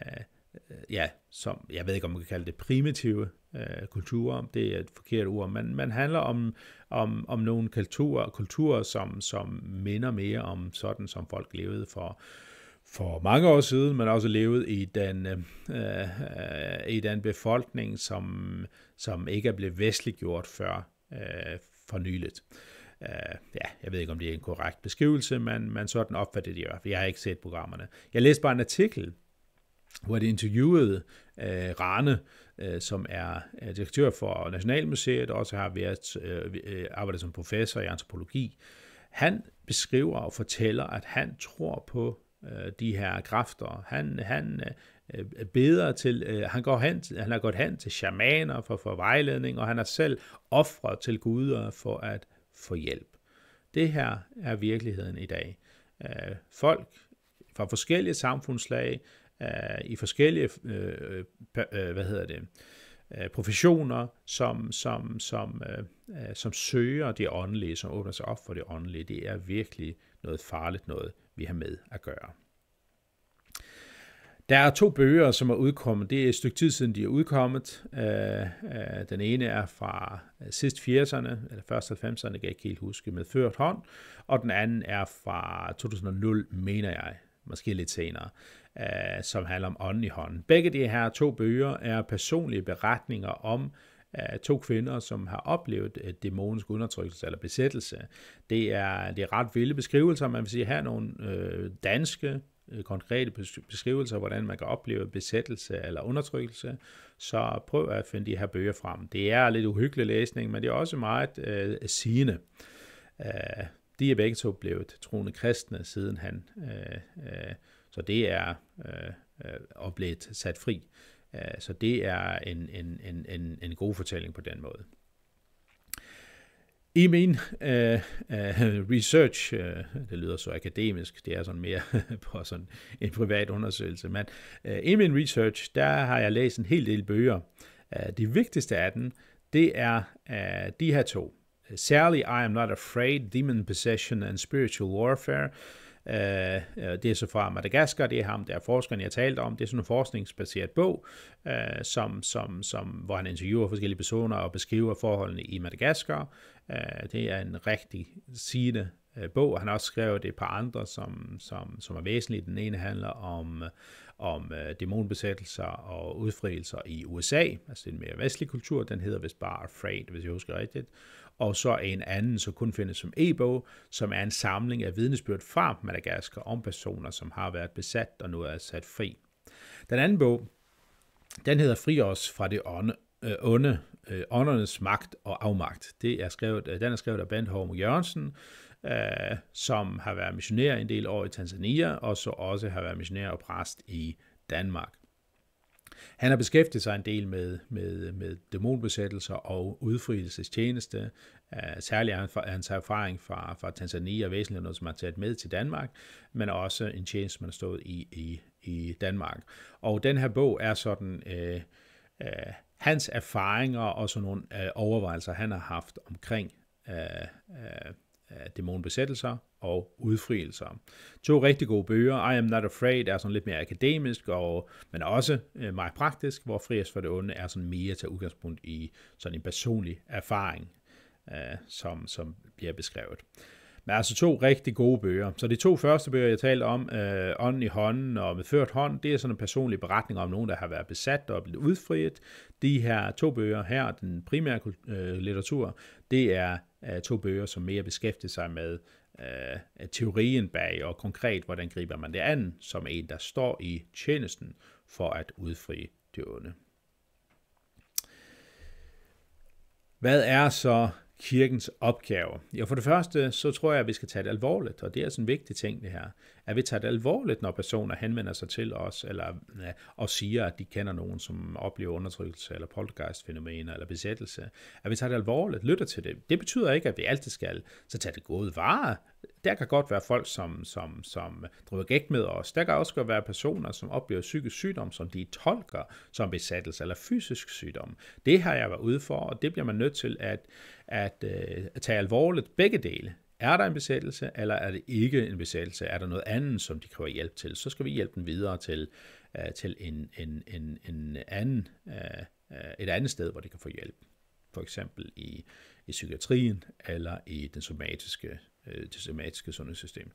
ja, som, jeg ved ikke, om man kan kalde det primitive øh, kulturer, det er et forkert ord, men man handler om, om, om nogle kulturer, kulturer som, som minder mere om sådan, som folk levede for, for mange år siden, men også levede i den, øh, øh, i den befolkning, som, som ikke er blevet vestliggjort før øh, for nyligt. Uh, ja, jeg ved ikke, om det er en korrekt beskrivelse, men, men sådan opfatter det i hvert fald. Jeg har ikke set programmerne. Jeg læste bare en artikel, hvor de interviewede øh, Rane, øh, som er øh, direktør for Nationalmuseet, og også har været øh, arbejdet som professor i antropologi. Han beskriver og fortæller, at han tror på øh, de her kræfter. Han, han øh, beder til, øh, han, går hen, han har gået hen til shamaner for, for vejledning, og han har selv ofret til guder for at få hjælp. Det her er virkeligheden i dag. Øh, folk fra forskellige samfundslag, i forskellige øh, øh, hvad hedder det, øh, professioner, som, som, som, øh, som søger det åndelige, som åbner sig op for det åndelige. Det er virkelig noget farligt noget, vi har med at gøre. Der er to bøger, som er udkommet. Det er et stykke tid siden, de er udkommet. Den ene er fra sidst firserne, eller først halvfemserne, kan jeg ikke helt huske, med Ført hånd, og den anden er fra to tusind og nul, mener jeg. måske lidt senere, uh, som handler om ånden i hånden. Begge de her to bøger er personlige beretninger om uh, to kvinder, som har oplevet uh, dæmonisk undertrykkelse eller besættelse. Det er, det er ret vilde beskrivelser, man vil sige her nogle uh, danske, uh, konkrete beskrivelser, hvordan man kan opleve besættelse eller undertrykkelse. Så prøv at finde de her bøger frem. Det er lidt uhyggelig læsning, men det er også meget uh, sigende. Uh, de er begge to blevet troende kristne, siden han, uh, uh, så det er uh, uh, og blevet sat fri. Uh, så det er en, en, en, en, en god fortælling på den måde. I min uh, uh, research, uh, det lyder så akademisk, det er sådan mere på sådan en privat undersøgelse, men uh, i min research, der har jeg læst en hel del bøger. Uh, det vigtigste af dem, det er uh, de her to. Særligt I Am Not Afraid, Demon Possession and Spiritual Warfare. Uh, det er så fra Madagaskar, det er ham, der er forskeren, jeg talte om. Det er sådan en forskningsbaseret bog, uh, som, som, som, hvor han interviewer forskellige personer og beskriver forholdene i Madagaskar. Uh, det er en rigtig sigende uh, bog. Han har også skrevet et par andre, som, som, som er væsentlige. Den ene handler om, om uh, dæmonbesættelser og udfrielser i U S A, altså en mere vestlig kultur. Den hedder vist bare Afraid, hvis jeg husker rigtigt. Og så en anden, som kun findes som e-bog, som er en samling af vidnesbyrd fra Madagaskar om personer, som har været besat og nu er sat fri. Den anden bog, den hedder Fri os fra det onde, øh, onde øh, åndernes magt og afmagt. Det er skrevet, øh, den er skrevet af Bent Horm Jørgensen, øh, som har været missionær en del år i Tanzania, og så også har været missionær og præst i Danmark. Han har beskæftiget sig en del med, med, med dæmonbesættelser og udfrielsestjeneste. Uh, særligt er hans erfaring fra, fra Tanzania væsentligt noget, som har taget med til Danmark, men også en tjeneste, man har stået i, i, i Danmark. Og den her bog er sådan uh, uh, hans erfaringer og sådan nogle uh, overvejelser, han har haft omkring uh, uh, dæmonbesættelser og udfrielser. To rigtig gode bøger. I Am Not Afraid er sådan lidt mere akademisk, og, men også øh, meget praktisk, hvor Fri os fra det onde er sådan mere til udgangspunkt i sådan en personlig erfaring, øh, som, som bliver beskrevet. Men altså to rigtig gode bøger. Så de to første bøger, jeg talte om, øh, Ånden i hånden og Med ført hånd, det er sådan en personlig beretning om nogen, der har været besat og blevet udfriet. De her to bøger her, den primære øh, litteratur, det er øh, to bøger, som mere beskæftiger sig med øh, teorien bag, og konkret, hvordan griber man det an, som en, der står i tjenesten for at udfri det onde. Hvad er så kirkens opgave? Ja, for det første, så tror jeg, at vi skal tage det alvorligt, og det er sådan en vigtig ting, det her. At vi tager det alvorligt, når personer henvender sig til os, eller, ja, og siger, at de kender nogen, som oplever undertrykkelse, eller poltergeist-fænomener, eller besættelse. At vi tager det alvorligt, lytter til det. Det betyder ikke, at vi altid skal så tage det gode vare. Der kan godt være folk, som, som, som driver gæk med os. Der kan også godt være personer, som oplever psykisk sygdom, som de tolker som besættelse eller fysisk sygdom. Det har jeg været ude for, og det bliver man nødt til at, at, at, at tage alvorligt begge dele. Er der en besættelse, eller er det ikke en besættelse? Er der noget andet, som de kræver hjælp til? Så skal vi hjælpe dem videre til, uh, til en, en, en, en anden, uh, et andet sted, hvor de kan få hjælp. For eksempel i, i psykiatrien eller i den somatiske, uh, det somatiske sundhedssystem.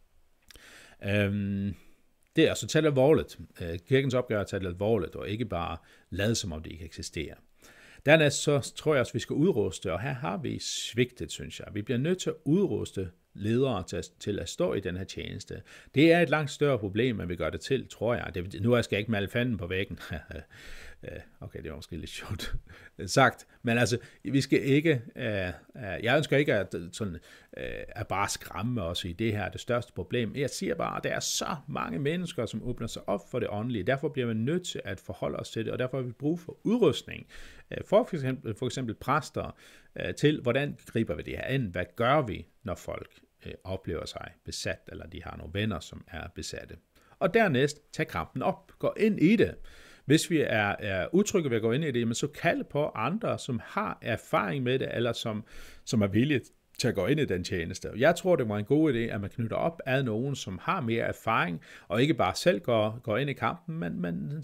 Um, det er altså at tage det alvorligt. Uh, kirkens opgave er at tage det alvorligt, og ikke bare lade som om det ikke eksisterer. Dernæst så tror jeg også, at vi skal udruste, og her har vi svigtet, synes jeg. Vi bliver nødt til at udruste ledere til, til at stå i den her tjeneste. Det er et langt større problem, end vi gør det til, tror jeg. Det, nu skal jeg ikke male fanden på væggen. Okay, det var måske lidt sjovt sagt. Men altså, vi skal ikke, uh, uh, jeg ønsker ikke at, sådan, uh, at bare skræmme os i det her, det største problem. Jeg siger bare, at der er så mange mennesker, som åbner sig op for det åndelige. Derfor bliver man nødt til at forholde os til det, og derfor har vi brug for udrustning. Uh, for, for, eksempel, for eksempel præster uh, til, hvordan griber vi det her an? Hvad gør vi, når folk uh, oplever sig besat, eller de har nogle venner, som er besatte? Og dernæst, tag kampen op. Gå ind i det. Hvis vi er, er utrygge ved at gå ind i det, så kald på andre, som har erfaring med det, eller som, som er villige til at gå ind i den tjeneste. Jeg tror, det var en god idé, at man knytter op af nogen, som har mere erfaring, og ikke bare selv går, går ind i kampen, men man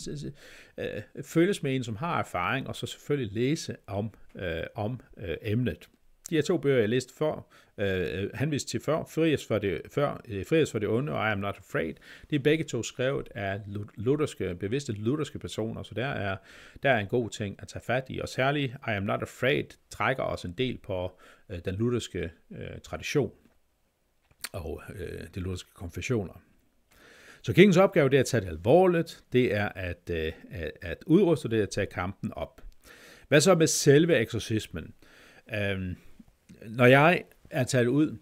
øh, følges med en, som har erfaring, og så selvfølgelig læse om, øh, om øh, emnet. De her to bøger, jeg læste for, øh, henvist til før, Frihed for det, før, øh, Frihed for det onde og I am not afraid, det er begge to skrevet af lutherske, bevidste lutherske personer, så der er, der er en god ting at tage fat i, og særligt I am not afraid trækker også en del på øh, den lutherske øh, tradition og øh, de lutherske konfessioner. Så kingens opgave, det er at tage det alvorligt, det er at, øh, at, at udruste det, at tage kampen op. Hvad så med selve eksorcismen? Øhm, når jeg er taget ud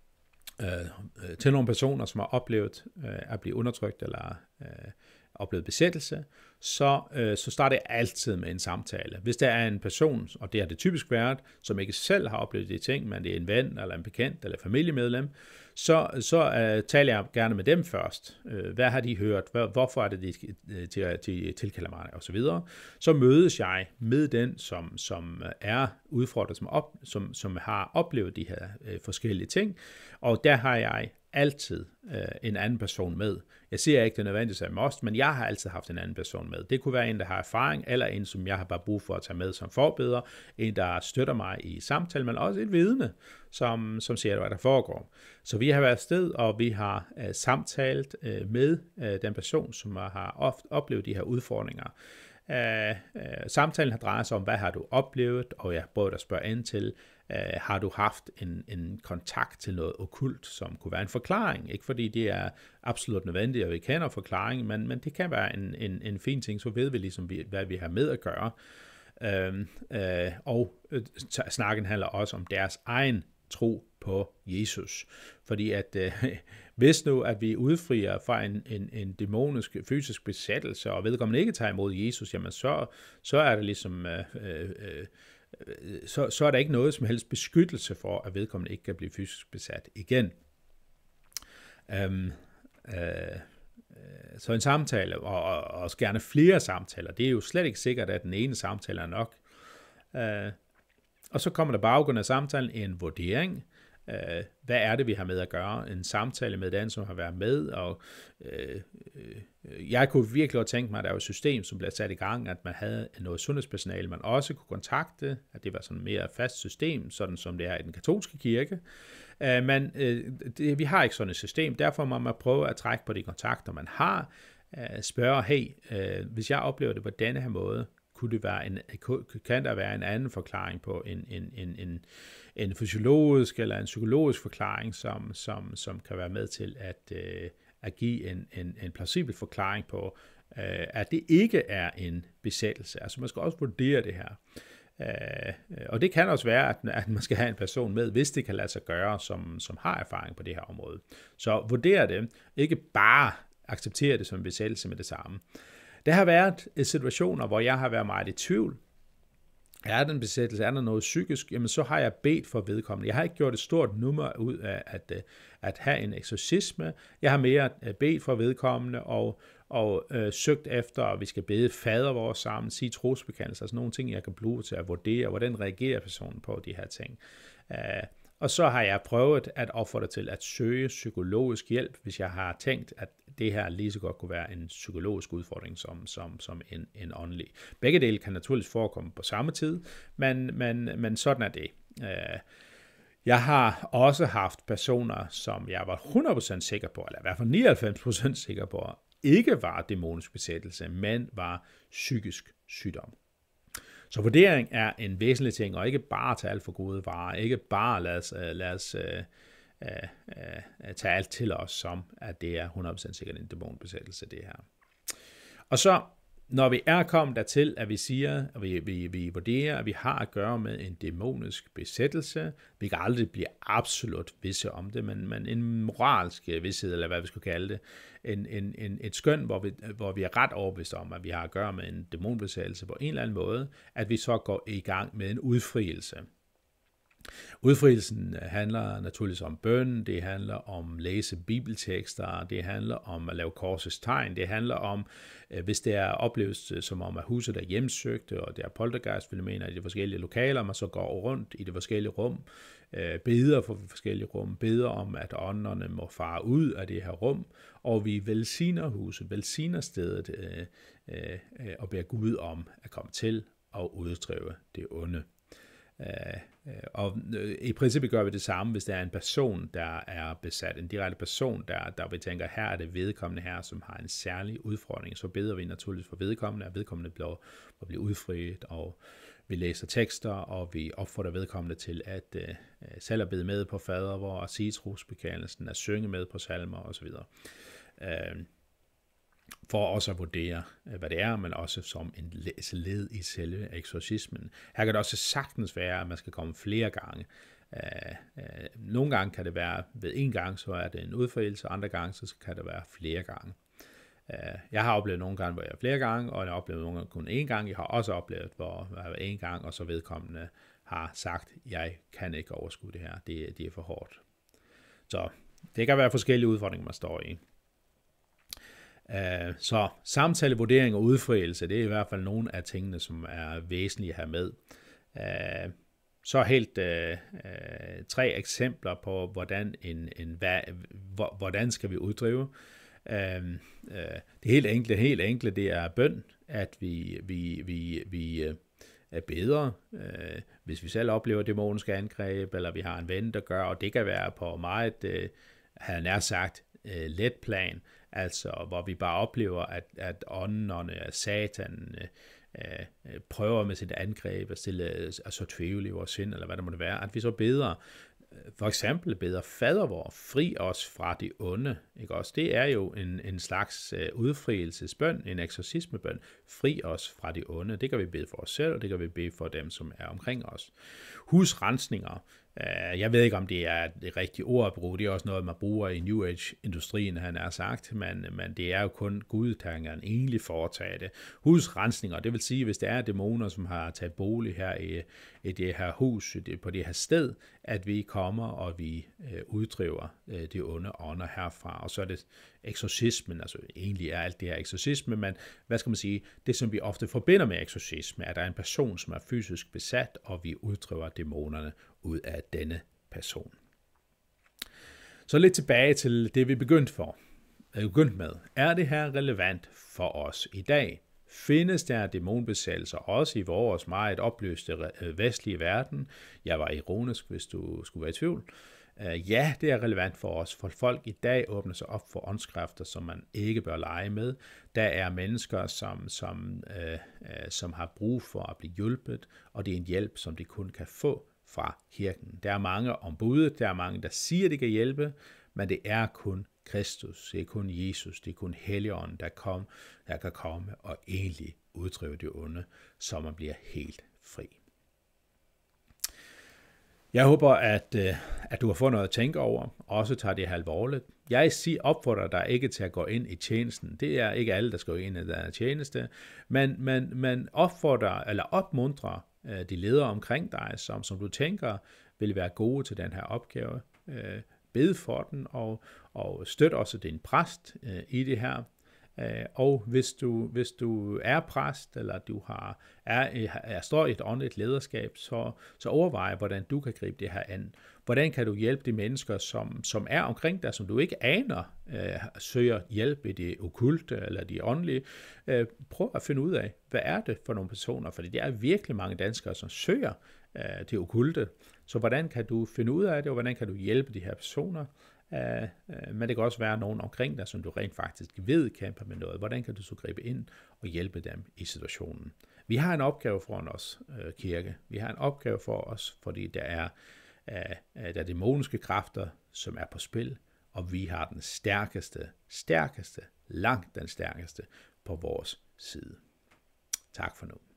øh, til nogle personer, som har oplevet øh, at blive undertrykt eller øh, oplevet besættelse, så, øh, så starter jeg altid med en samtale. Hvis der er en person, og det har det typisk været, som ikke selv har oplevet de ting, men det er en ven, eller en bekendt, eller familiemedlem, så, så øh, taler jeg gerne med dem først. Øh, hvad har de hørt? Hvor, hvorfor er det, de, de, de tilkalder mig? Og så videre. Så mødes jeg med den, som, som er udfordret, som, op, som, som har oplevet de her øh, forskellige ting, og der har jeg altid øh, en anden person med. Jeg siger ikke, det er nødvendigt at must, men jeg har altid haft en anden person med. Det kunne være en, der har erfaring, eller en, som jeg har bare brug for at tage med som forbeder, en, der støtter mig i samtale, men også et vidne, som, som siger, hvad der foregår. Så vi har været afsted, og vi har øh, samtalt øh, med øh, den person, som har ofte oplevet de her udfordringer. Uh, uh, samtalen har drejet sig om, hvad har du oplevet, og jeg prøver at spørge ind til, uh, har du haft en, en kontakt til noget okkult, som kunne være en forklaring, ikke fordi det er absolut nødvendigt, at vi kender forklaringen, men, men det kan være en, en, en fin ting, så ved vi ligesom, hvad vi har med at gøre. Uh, uh, og uh, snakken handler også om deres egen tro på Jesus. Fordi at øh, hvis nu, at vi udfrier fra en, en, en dæmonisk fysisk besættelse, og vedkommende ikke tager imod Jesus, jamen så, så er det ligesom, øh, øh, så, så er der ikke noget som helst beskyttelse for, at vedkommende ikke kan blive fysisk besat igen. Um, øh, så en samtale, og, og også gerne flere samtaler, det er jo slet ikke sikkert, at den ene samtale er nok. Uh, og så kommer der baggrund af samtalen en vurdering. Uh, hvad er det, vi har med at gøre? En samtale med den, som har været med, og uh, uh, jeg kunne virkelig have tænkt mig, at der var et system, som blev sat i gang, at man havde noget sundhedspersonale, man også kunne kontakte, at det var sådan et mere fast system, sådan som det er i den katolske kirke. Uh, men uh, det, vi har ikke sådan et system, derfor må man prøve at trække på de kontakter, man har, uh, spørge, hey, uh, hvis jeg oplever det på denne her måde, kunne det være en, kan der være en anden forklaring på en, en, en, en, en fysiologisk eller en psykologisk forklaring, som, som, som kan være med til at, øh, at give en, en, en plausibel forklaring på, øh, at det ikke er en besættelse. Altså man skal også vurdere det her. Øh, og det kan også være, at, at man skal have en person med, hvis det kan lade sig gøre, som, som har erfaring på det her område. Så vurdere det. Ikke bare acceptere det som en besættelse med det samme. Der har været situationer, hvor jeg har været meget i tvivl. Er der en besættelse? Er der noget psykisk? Jamen, så har jeg bedt for vedkommende. Jeg har ikke gjort et stort nummer ud af at, at have en eksorcisme. Jeg har mere bedt for vedkommende og, og øh, søgt efter, at vi skal bede fader vores sammen, sige trosbekendelser, altså nogle ting, jeg kan bruge til at vurdere, hvordan reagerer personen på de her ting. Uh, Og så har jeg prøvet at opfordre til at søge psykologisk hjælp, hvis jeg har tænkt, at det her lige så godt kunne være en psykologisk udfordring som, som, som en, en åndelig. Begge dele kan naturligvis forekomme på samme tid, men, men, men sådan er det. Jeg har også haft personer, som jeg var hundrede procent sikker på, eller i hvert fald nioghalvfems procent sikker på, ikke var dæmonisk besættelse, men var psykisk sygdom. Så vurdering er en væsentlig ting, og ikke bare tage alt for gode varer, ikke bare lade os, lad os uh, uh, uh, tage alt til os, som at det er hundrede procent sikkert en dæmonbesættelse, det her. Og så, når vi er kommet dertil, at vi siger, at vi, vi, vi vurderer, at vi har at gøre med en dæmonisk besættelse, vi kan aldrig blive absolut visse om det, men, men en moralsk vidshed, eller hvad vi skulle kalde det, en, en, en, et skøn, hvor vi, hvor vi er ret overbevist om, at vi har at gøre med en dæmonbesættelse på en eller anden måde, at vi så går i gang med en udfrielse. Udfrielsen handler naturligvis om bøn, det handler om læse bibeltekster, det handler om at lave korsets tegn, det handler om, hvis det er opleves som om, at huset er hjemsøgte, og det er poltergeist-fænomener i de forskellige lokaler, man så går rundt i de forskellige rum, beder for forskellige rum, beder om, at ånderne må fare ud af det her rum, og vi velsigner huset, velsigner stedet, og beder Gud om at komme til og uddrive det onde. Og i princippet gør vi det samme, hvis der er en person, der er besat, en direkte person, der, der vi tænker, her er det vedkommende her, som har en særlig udfordring, så beder vi naturligvis for vedkommende, at vedkommende bliver, bliver udfriet, og vi læser tekster, og vi opfordrer vedkommende til at uh, selv at bede med på fadervor, og sige trosbekendelsen, at synge med på salmer osv. Uh, for også at vurdere, hvad det er, men også som en led i selve eksorcismen. Her kan det også sagtens være, at man skal komme flere gange. Nogle gange kan det være ved en gang, så er det en udfrielse, og andre gange så kan det være flere gange. Jeg har oplevet nogle gange, hvor jeg er flere gange, og jeg har oplevet nogle gange kun én gang. Jeg har også oplevet, hvor jeg er en gang, og så vedkommende har sagt, jeg kan ikke overskue det her, det, det er for hårdt. Så det kan være forskellige udfordringer, man står i. Uh, så samtale, vurdering og udfrielse, det er i hvert fald nogle af tingene, som er væsentlige at have med. Uh, så helt uh, uh, tre eksempler på, hvordan, en, en, hvad, hvordan skal vi uddrive. Uh, uh, det helt enkle, helt enkle, det er bøn, at vi, vi, vi, vi uh, er bedre, uh, hvis vi selv oplever dæmoniske angreb, eller vi har en ven, der gør, og det kan være på meget, uh, han er sagt, uh, let plan, altså hvor vi bare oplever, at, at ånden og satan øh, øh, prøver med sit angreb at stille altså tvivl i vores sind, eller hvad det måtte være, at vi så beder, for eksempel beder fadervor, fri os fra det onde, ikke også? Det er jo en, en slags øh, udfrielsesbøn, en eksorcismebøn, fri os fra det onde. Det kan vi bede for os selv, og det kan vi bede for dem, som er omkring os. Husrensninger. Jeg ved ikke, om det er det rigtige ord at bruge. Det er også noget, man bruger i New Age-industrien, han har sagt, men, men det er jo kun Gud, der kan egentlig foretage det. Husrensninger, det vil sige, hvis der er dæmoner, som har taget bolig her i, i det her hus, på det her sted, at vi kommer, og vi øh, uddriver øh, det onde ånder herfra. Og så er det eksorcismen, altså egentlig er alt det her eksorcisme, men hvad skal man sige, det som vi ofte forbinder med eksorcisme, er, at der er en person, som er fysisk besat, og vi uddriver dæmonerne ud af denne person. Så lidt tilbage til det, vi begyndte for. Er begyndt med. Er det her relevant for os i dag? Findes der dæmonbesættelser også i vores meget opløste vestlige verden? Jeg var ironisk, hvis du skulle være i tvivl. Ja, det er relevant for os, for folk i dag åbner sig op for åndskræfter, som man ikke bør lege med. Der er mennesker, som, som, øh, som har brug for at blive hjulpet, og det er en hjælp, som de kun kan få fra kirken. Der er mange om budet, der er mange, der siger, at de kan hjælpe, men det er kun Kristus, det er kun Jesus, det er kun Helligånden, der, kom, der kan komme og egentlig uddrive det onde, så man bliver helt fri. Jeg håber, at, at du har fået noget at tænke over, og også tager det her alvorligt. Jeg opfordrer dig ikke til at gå ind i tjenesten. Det er ikke alle, der skal gå ind i den tjeneste, men, men, men opfordrer eller opmuntrer de ledere omkring dig, som, som du tænker vil være gode til den her opgave. Bed for den, og, og støt også din præst i det her. Og hvis du, hvis du er præst, eller du har, er, er, står i et åndeligt lederskab, så, så overvej, hvordan du kan gribe det her an. Hvordan kan du hjælpe de mennesker, som, som er omkring dig, som du ikke aner, øh, søger hjælp i det okkulte eller de åndelige. Øh, prøv at finde ud af, hvad er det for nogle personer, for det er virkelig mange danskere, som søger øh, det okkulte. Så hvordan kan du finde ud af det, og hvordan kan du hjælpe de her personer? Uh, uh, men det kan også være nogen omkring dig, som du rent faktisk ved kæmper med noget. Hvordan kan du så gribe ind og hjælpe dem i situationen? Vi har en opgave foran os, uh, kirke. Vi har en opgave for os, fordi der er, uh, der er dæmoniske kræfter, som er på spil, og vi har den stærkeste, stærkeste, langt den stærkeste på vores side. Tak for nu.